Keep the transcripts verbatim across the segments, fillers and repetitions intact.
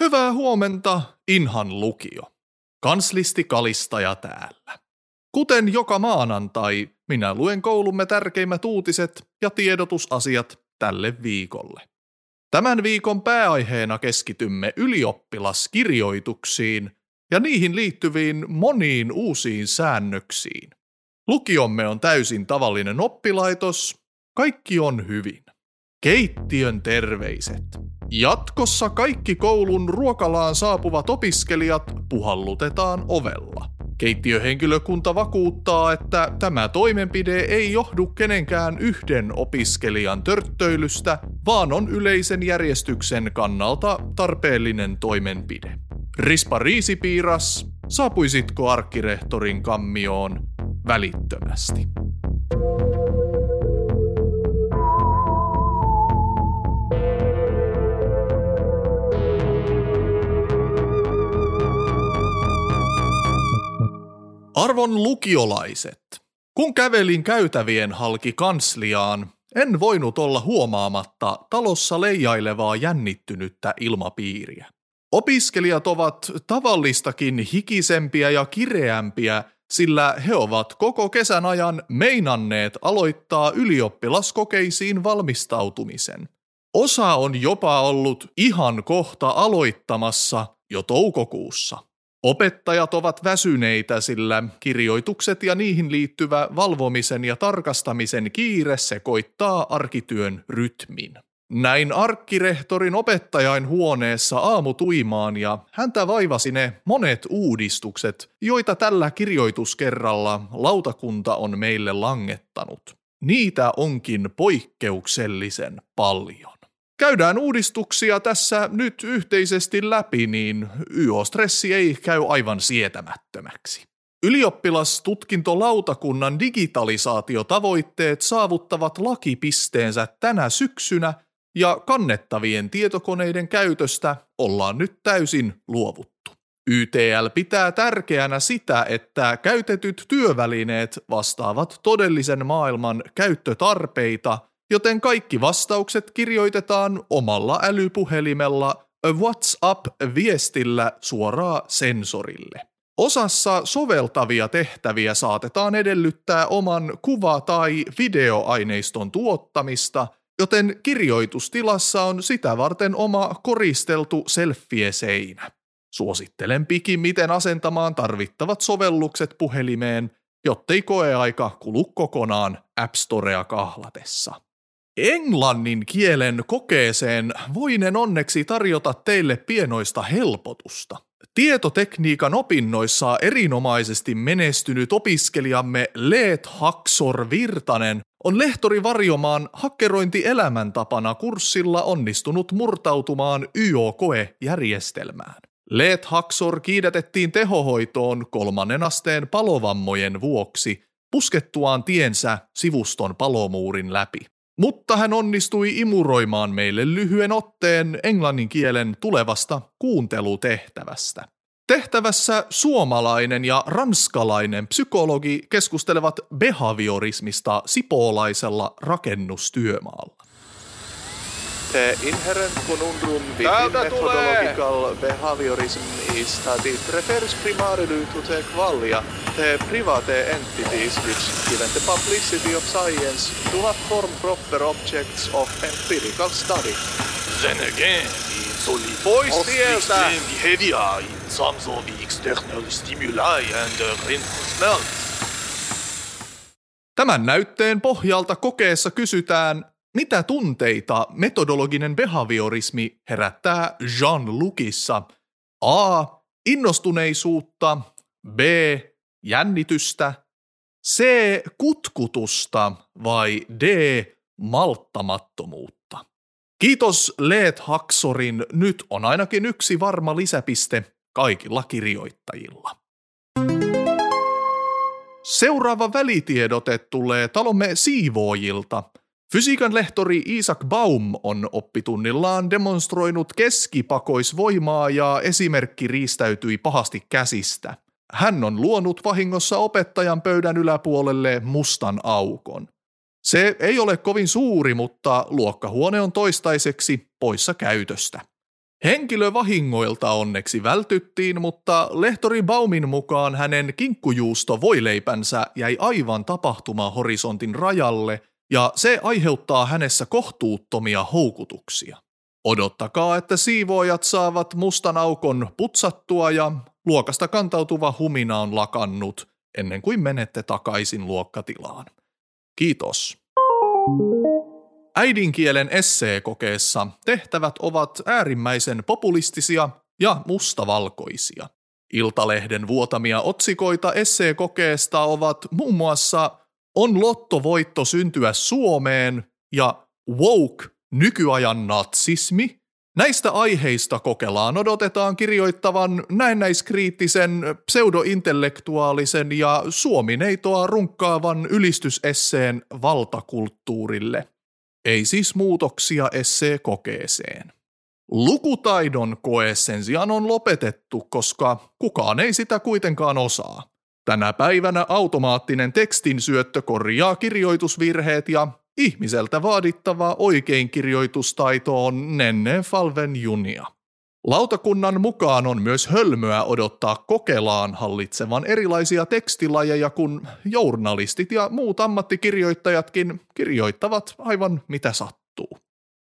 Hyvää huomenta, Inhan lukio. Kanslisti Kalistaja täällä. Kuten joka maanantai, minä luen koulumme tärkeimmät uutiset ja tiedotusasiat tälle viikolle. Tämän viikon pääaiheena keskitymme ylioppilaskirjoituksiin ja niihin liittyviin moniin uusiin säännöksiin. Lukiomme on täysin tavallinen oppilaitos. Kaikki on hyvin. Keittiön terveiset. Jatkossa kaikki koulun ruokalaan saapuvat opiskelijat puhallutetaan ovella. Keittiöhenkilökunta vakuuttaa, että tämä toimenpide ei johdu kenenkään yhden opiskelijan törttöilystä, vaan on yleisen järjestyksen kannalta tarpeellinen toimenpide. Rispa Riisipiiras, saapuisitko arkkirehtorin kammioon välittömästi? Arvon lukiolaiset, kun kävelin käytävien halki kansliaan, en voinut olla huomaamatta talossa leijailevaa jännittynyttä ilmapiiriä. Opiskelijat ovat tavallistakin hikisempiä ja kireämpiä, sillä he ovat koko kesän ajan meinanneet aloittaa ylioppilaskokeisiin valmistautumisen. Osa on jopa ollut ihan kohta aloittamassa jo toukokuussa. Opettajat ovat väsyneitä, sillä kirjoitukset ja niihin liittyvä valvomisen ja tarkastamisen kiire sekoittaa arkityön rytmin. Näin arkkirehtorin opettajain huoneessa aamutuimaan ja häntä vaivasi ne monet uudistukset, joita tällä kirjoituskerralla lautakunta on meille langettanut. Niitä onkin poikkeuksellisen paljon. Käydään uudistuksia tässä nyt yhteisesti läpi, niin Y O-stressi ei käy aivan sietämättömäksi. Ylioppilastutkintolautakunnan digitalisaatiotavoitteet saavuttavat lakipisteensä tänä syksynä ja kannettavien tietokoneiden käytöstä ollaan nyt täysin luovuttu. Y T L pitää tärkeänä sitä, että käytetyt työvälineet vastaavat todellisen maailman käyttötarpeita, joten kaikki vastaukset kirjoitetaan omalla älypuhelimella WhatsApp-viestillä suoraan sensorille. Osassa soveltavia tehtäviä saatetaan edellyttää oman kuva- tai videoaineiston tuottamista, joten kirjoitustilassa on sitä varten oma koristeltu selfie-seinä. Suosittelen pikimmiten asentamaan tarvittavat sovellukset puhelimeen, jottei koeaika kulu kokonaan App Storea kahlatessa. Englannin kielen kokeeseen voinen onneksi tarjota teille pienoista helpotusta. Tietotekniikan opinnoissa erinomaisesti menestynyt opiskelijamme Leet Haksor Virtanen on lehtori Varjomaan hakkerointi-elämäntapana kurssilla onnistunut murtautumaan Y O-koejärjestelmään. Leet Haksor kiidätettiin tehohoitoon kolmannen asteen palovammojen vuoksi puskettuaan tiensä sivuston palomuurin läpi. Mutta hän onnistui imuroimaan meille lyhyen otteen englannin kielen tulevasta kuuntelutehtävästä. Tehtävässä suomalainen ja ranskalainen psykologi keskustelevat behaviorismista sipoolaisella rakennustyömaalla. The inherent conundrum within methodological behaviorism is that it refers primarily to the qualia, the private entities which, given the publicity of science, do not form proper objects of empirical study. Then again, it's only Pois of sieltä! extreme behavior in terms of external stimuli and uh, reinforcement. Tämän näytteen pohjalta kokeessa kysytään, mitä tunteita metodologinen behaviorismi herättää Jean-Lucissa? A. Innostuneisuutta, B. Jännitystä, C. Kutkutusta vai D. Malttamattomuutta? Kiitos Leet Haksorin, nyt on ainakin yksi varma lisäpiste kaikilla kirjoittajilla. Seuraava välitiedote tulee talomme siivoojilta. Fysiikan lehtori Isaac Baum on oppitunnillaan demonstroinut keskipakoisvoimaa ja esimerkki riistäytyi pahasti käsistä. Hän on luonut vahingossa opettajan pöydän yläpuolelle mustan aukon. Se ei ole kovin suuri, mutta luokkahuone on toistaiseksi poissa käytöstä. Henkilövahingoilta onneksi vältyttiin, mutta lehtori Baumin mukaan hänen kinkkujuusto voileipänsä jäi aivan tapahtumahorisontin rajalle ja se aiheuttaa hänessä kohtuuttomia houkutuksia. Odottakaa, että siivoojat saavat mustan aukon putsattua ja luokasta kantautuva humina on lakannut ennen kuin menette takaisin luokkatilaan. Kiitos. Äidinkielen esseekokeessa tehtävät ovat äärimmäisen populistisia ja mustavalkoisia. Iltalehden vuotamia otsikoita esseekokeesta ovat muun muassa "On lottovoitto syntyä Suomeen" ja "Woke, nykyajan natsismi". Näistä aiheista Kokelaan odotetaan kirjoittavan näennäiskriittisen, pseudointellektuaalisen ja suomineitoa runkkaavan ylistysesseen valtakulttuurille. Ei siis muutoksia esseekokeeseen. Lukutaidon koe sen sijaan on lopetettu, koska kukaan ei sitä kuitenkaan osaa. Tänä päivänä automaattinen tekstinsyöttö korjaa kirjoitusvirheet ja ihmiseltä vaadittava oikeinkirjoitustaito on nenne falven junia. Lautakunnan mukaan on myös hölmöä odottaa Kokelaan hallitsevan erilaisia tekstilajeja, kun journalistit ja muut ammattikirjoittajatkin kirjoittavat aivan mitä sattuu.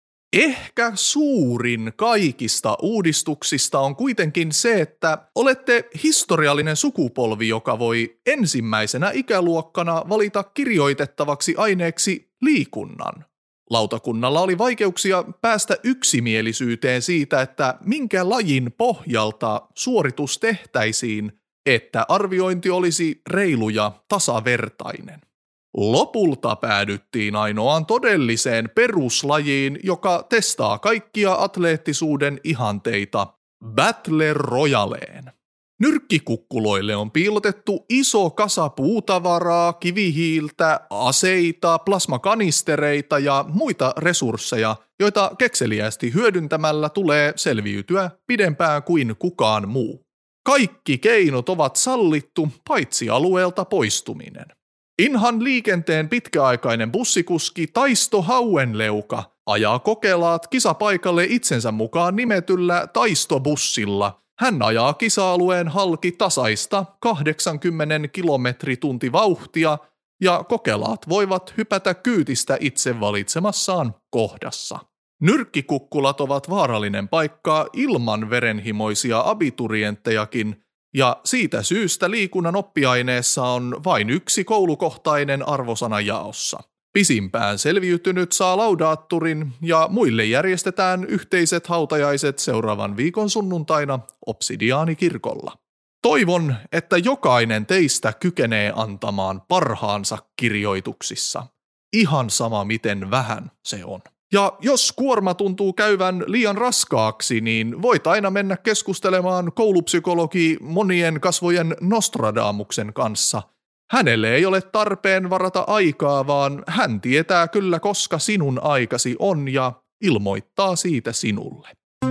Ehkä suurin kaikista uudistuksista on kuitenkin se, että olette historiallinen sukupolvi, joka voi ensimmäisenä ikäluokkana valita kirjoitettavaksi aineeksi liikunnan. Lautakunnalla oli vaikeuksia päästä yksimielisyyteen siitä, että minkä lajin pohjalta suoritus tehtäisiin, että arviointi olisi reilu ja tasavertainen. Lopulta päädyttiin ainoaan todelliseen peruslajiin, joka testaa kaikkia atleettisuuden ihanteita, Battle Royaleen. Nyrkkikukkuloille on piilotettu iso kasa puutavaraa, kivihiiltä, aseita, plasmakanistereita ja muita resursseja, joita kekseliästi hyödyntämällä tulee selviytyä pidempään kuin kukaan muu. Kaikki keinot ovat sallittu, paitsi alueelta poistuminen. Inhan liikenteen pitkäaikainen bussikuski Taisto Hauenleuka ajaa Kokelaat kisapaikalle itsensä mukaan nimetyllä Taisto-bussilla. Hän ajaa kisa-alueen halki tasaista kahdeksankymmentä kilometritunti vauhtia ja Kokelaat voivat hypätä kyytistä itse valitsemassaan kohdassa. Nyrkkikukkulat ovat vaarallinen paikka ilman verenhimoisia abiturienttejakin, ja siitä syystä liikunnan oppiaineessa on vain yksi koulukohtainen arvosana jaossa. Pisimpään selviytynyt saa laudaatturin ja muille järjestetään yhteiset hautajaiset seuraavan viikon sunnuntaina Obsidiaanikirkolla. Toivon, että jokainen teistä kykenee antamaan parhaansa kirjoituksissa. Ihan sama miten vähän se on. Ja jos kuorma tuntuu käyvän liian raskaaksi, niin voit aina mennä keskustelemaan koulupsykologi monien kasvojen Nostradamuksen kanssa. Hänelle ei ole tarpeen varata aikaa, vaan hän tietää kyllä, koska sinun aikasi on ja ilmoittaa siitä sinulle.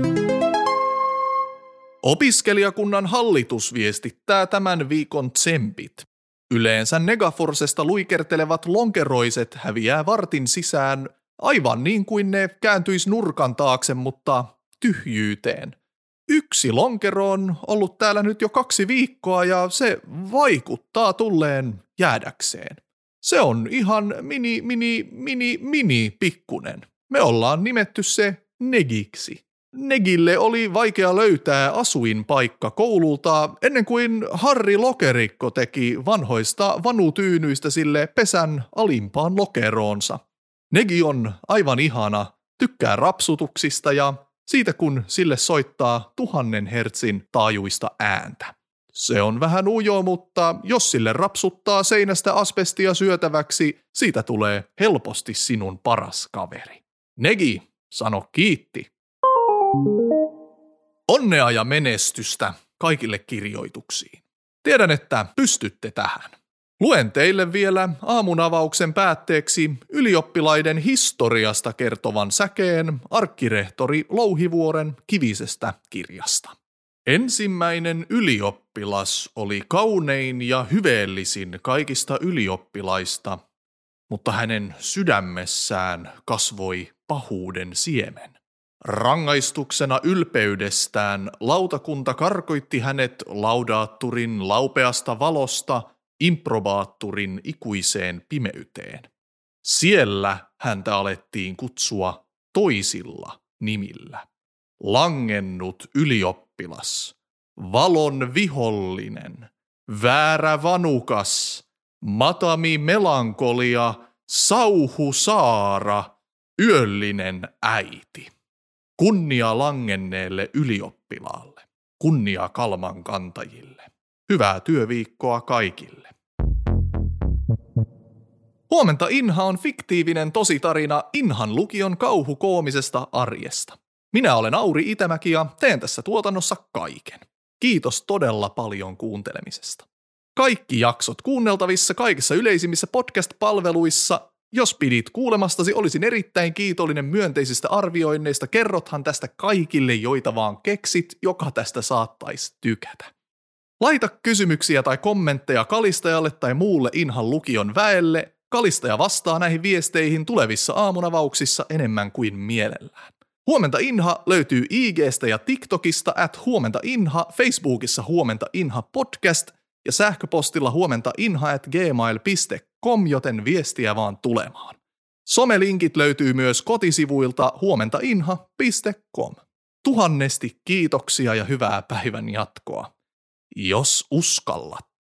Opiskelijakunnan hallitus viestittää tämän viikon tsempit. Yleensä Negaforcesta luikertelevat lonkeroiset häviää vartin sisään aivan niin kuin ne kääntyis nurkan taakse, mutta tyhjyyteen. Yksi lonkero on ollut täällä nyt jo kaksi viikkoa ja se vaikuttaa tulleen jäädäkseen. Se on ihan mini, mini, mini, mini pikkunen. Me ollaan nimetty se Negiksi. Negille oli vaikea löytää asuinpaikka koululta ennen kuin Harri Lokerikko teki vanhoista vanutyynyistä sille pesän alimpaan lokeroonsa. Negi on aivan ihana, tykkää rapsutuksista ja siitä kun sille soittaa tuhannen hertsin taajuista ääntä. Se on vähän ujo, mutta jos sille rapsuttaa seinästä asbestia syötäväksi, siitä tulee helposti sinun paras kaveri. Negi, sano kiitti. Onnea ja menestystä kaikille kirjoituksiin. Tiedän, että pystytte tähän. Luen teille vielä aamunavauksen päätteeksi ylioppilaiden historiasta kertovan säkeen arkkirehtori Louhivuoren kivisestä kirjasta. Ensimmäinen ylioppilas oli kaunein ja hyveellisin kaikista ylioppilaista, mutta hänen sydämessään kasvoi pahuuden siemen. Rangaistuksena ylpeydestään lautakunta karkoitti hänet laudaatturin laupeasta valosta improbaatturin ikuiseen pimeyteen. Siellä häntä alettiin kutsua toisilla nimillä. Langennut ylioppilas, valon vihollinen, väärä vanukas, matami melankolia, sauhu saara, yöllinen äiti. Kunnia langenneelle ylioppilaalle, kunnia Kalman kantajille. Hyvää työviikkoa kaikille. Huomenta Inha on fiktiivinen tositarina Inhan lukion kauhukoomisesta arjesta. Minä olen Auri Itämäki ja teen tässä tuotannossa kaiken. Kiitos todella paljon kuuntelemisesta. Kaikki jaksot kuunneltavissa kaikissa yleisimmissä podcast-palveluissa. Jos pidit kuulemastasi, olisin erittäin kiitollinen myönteisistä arvioinneista. Kerrothan tästä kaikille, joita vaan keksit, joka tästä saattaisi tykätä. Laita kysymyksiä tai kommentteja Kalistajalle tai muulle Inhan lukion väelle. Kalistaja vastaa näihin viesteihin tulevissa aamunavauksissa enemmän kuin mielellään. Huomenta Inha löytyy I G:stä ja TikTokista at Huomenta Inha, Facebookissa Huomenta Inha podcast ja sähköpostilla huomentainha at gmail piste com, joten viestiä vaan tulemaan. Somelinkit löytyy myös kotisivuilta huomentainha piste com. Tuhannesti kiitoksia ja hyvää päivän jatkoa, jos uskallat.